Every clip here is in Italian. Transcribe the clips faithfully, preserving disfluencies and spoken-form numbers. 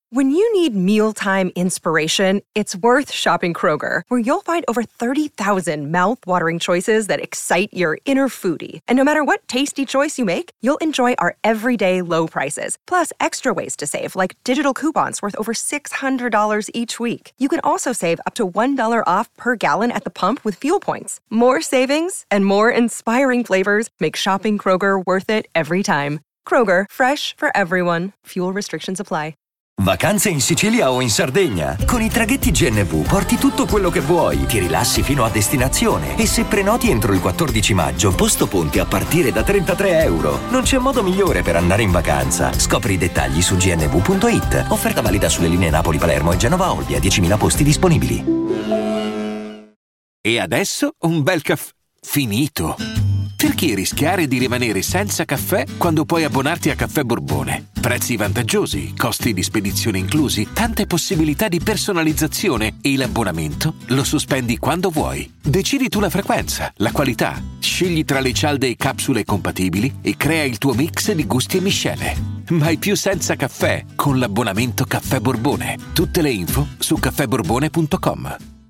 When you need mealtime inspiration, it's worth shopping Kroger, where you'll find over thirty thousand mouth-watering choices that excite your inner foodie. And no matter what tasty choice you make, you'll enjoy our everyday low prices, plus extra ways to save, like digital coupons worth over six hundred dollars each week. You can also save up to one dollar off per gallon at the pump with fuel points. More savings and more inspiring flavors make shopping Kroger worth it every time. Kroger, fresh for everyone. Fuel restrictions apply. Vacanze in Sicilia o in Sardegna. Con i traghetti G N V porti tutto quello che vuoi, ti rilassi fino a destinazione e se prenoti entro il quattordici maggio, posto ponti a partire da trentatré euro. Non c'è modo migliore per andare in vacanza. Scopri i dettagli su g n v punto i t. Offerta valida sulle linee Napoli-Palermo e Genova-Olbia, diecimila posti disponibili. E adesso un bel caffè finito. Perché rischiare di rimanere senza caffè quando puoi abbonarti a Caffè Borbone? Prezzi vantaggiosi, costi di spedizione inclusi, tante possibilità di personalizzazione e l'abbonamento lo sospendi quando vuoi. Decidi tu la frequenza, la qualità, scegli tra le cialde e capsule compatibili e crea il tuo mix di gusti e miscele. Mai più senza caffè con l'abbonamento Caffè Borbone. Tutte le info su caffè borbone punto com.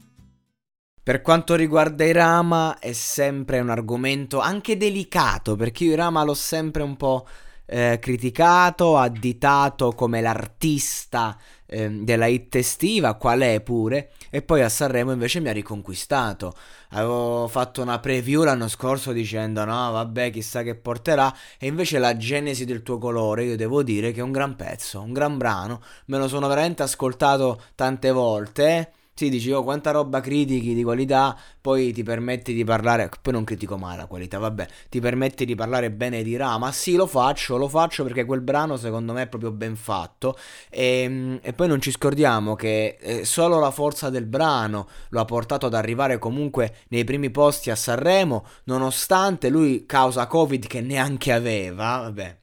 Per quanto riguarda i Rama è sempre un argomento anche delicato, perché io i Rama l'ho sempre un po' eh, criticato, additato come l'artista eh, della hit estiva, qual è pure, e poi a Sanremo invece mi ha riconquistato. Avevo fatto una preview l'anno scorso dicendo no vabbè chissà che porterà, e invece la genesi del tuo colore io devo dire che è un gran pezzo, un gran brano, me lo sono veramente ascoltato tante volte, eh. Sì, dici, oh, quanta roba critichi di qualità, poi ti permetti di parlare, poi non critico mai la qualità, vabbè, ti permetti di parlare bene di Rama, sì lo faccio, lo faccio perché quel brano secondo me è proprio ben fatto, e, e poi non ci scordiamo che eh, solo la forza del brano lo ha portato ad arrivare comunque nei primi posti a Sanremo, nonostante lui causa Covid che neanche aveva, vabbè.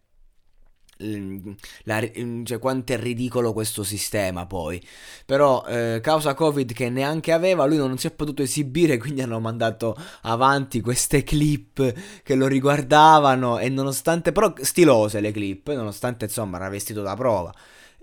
La, cioè quanto è ridicolo questo sistema poi, però eh, causa Covid che neanche aveva, lui non si è potuto esibire, quindi hanno mandato avanti queste clip che lo riguardavano, e nonostante, però stilose le clip, nonostante insomma era vestito da prova,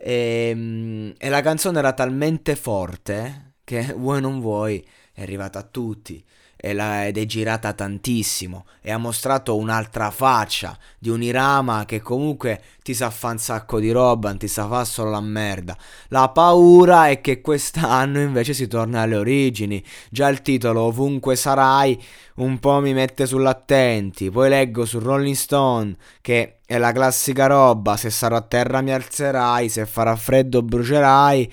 e, e la canzone era talmente forte che vuoi non vuoi è arrivata a tutti. E la, ed è girata tantissimo e ha mostrato un'altra faccia di un Irama che comunque ti sa fa un sacco di roba, non ti sa fa solo la merda. La paura è che quest'anno invece si torna alle origini. Già il titolo Ovunque sarai un po' mi mette sull'attenti. Poi leggo su Rolling Stone che è la classica roba: se sarò a terra mi alzerai, se farà freddo brucerai.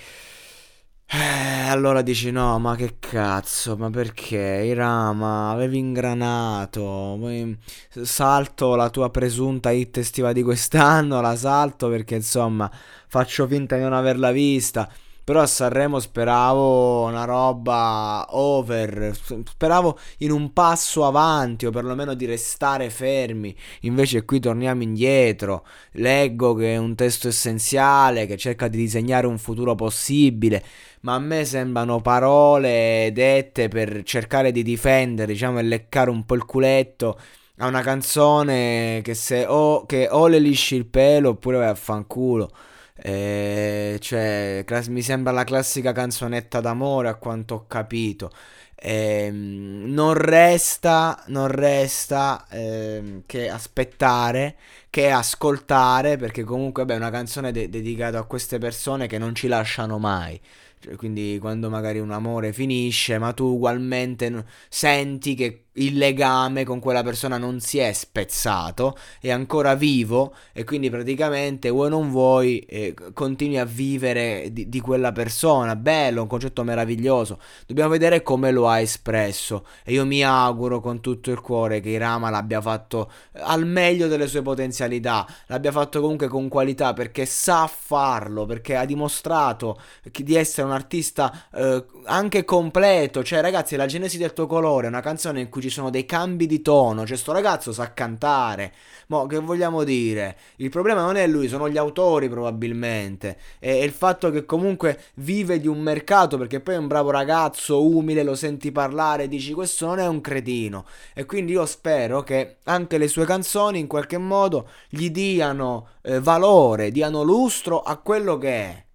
Eh, allora dici no, ma che cazzo, ma perché Irama, avevi ingranato, poi salto la tua presunta hit estiva di quest'anno, la salto perché insomma faccio finta di non averla vista. Però a Sanremo speravo una roba over, speravo in un passo avanti o perlomeno di restare fermi. Invece qui torniamo indietro. Leggo che è un testo essenziale che cerca di disegnare un futuro possibile, ma a me sembrano parole dette per cercare di difendere, diciamo, e leccare un po' il culetto a una canzone che se o, che o le lisci il pelo oppure vai a fanculo. Eh, cioè clas- mi sembra la classica canzonetta d'amore, a quanto ho capito. Eh, non resta non resta eh, che aspettare, che ascoltare, perché comunque beh, è una canzone de- dedicata a queste persone che non ci lasciano mai. Cioè, quindi quando magari un amore finisce, ma tu ugualmente n- senti che il legame con quella persona non si è spezzato, è ancora vivo, e quindi praticamente vuoi non vuoi eh, continui a vivere di, di quella persona. Bello, un concetto meraviglioso. Dobbiamo vedere come lo ha espresso, e io mi auguro con tutto il cuore che Irama l'abbia fatto al meglio delle sue potenzialità, l'abbia fatto comunque con qualità, perché sa farlo, perché ha dimostrato di essere un artista eh, anche completo. Cioè ragazzi, La genesi del tuo colore è una canzone in cui ci sono dei cambi di tono, cioè sto ragazzo sa cantare. Mo che vogliamo dire? Il problema non è lui, sono gli autori probabilmente, è il fatto che comunque vive di un mercato, perché poi è un bravo ragazzo, umile, lo senti parlare e dici questo non è un cretino, e quindi io spero che anche le sue canzoni in qualche modo gli diano eh, valore, diano lustro a quello che è.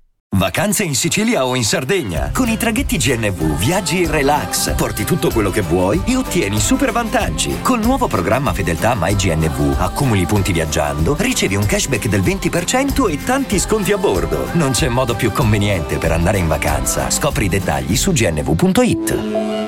Vacanze in Sicilia o in Sardegna. Con i traghetti G N V viaggi in relax, porti tutto quello che vuoi e ottieni super vantaggi. Col nuovo programma Fedeltà MyGNV accumuli punti viaggiando, ricevi un cashback del venti per cento e tanti sconti a bordo. Non c'è modo più conveniente per andare in vacanza. Scopri i dettagli su gnv punto it.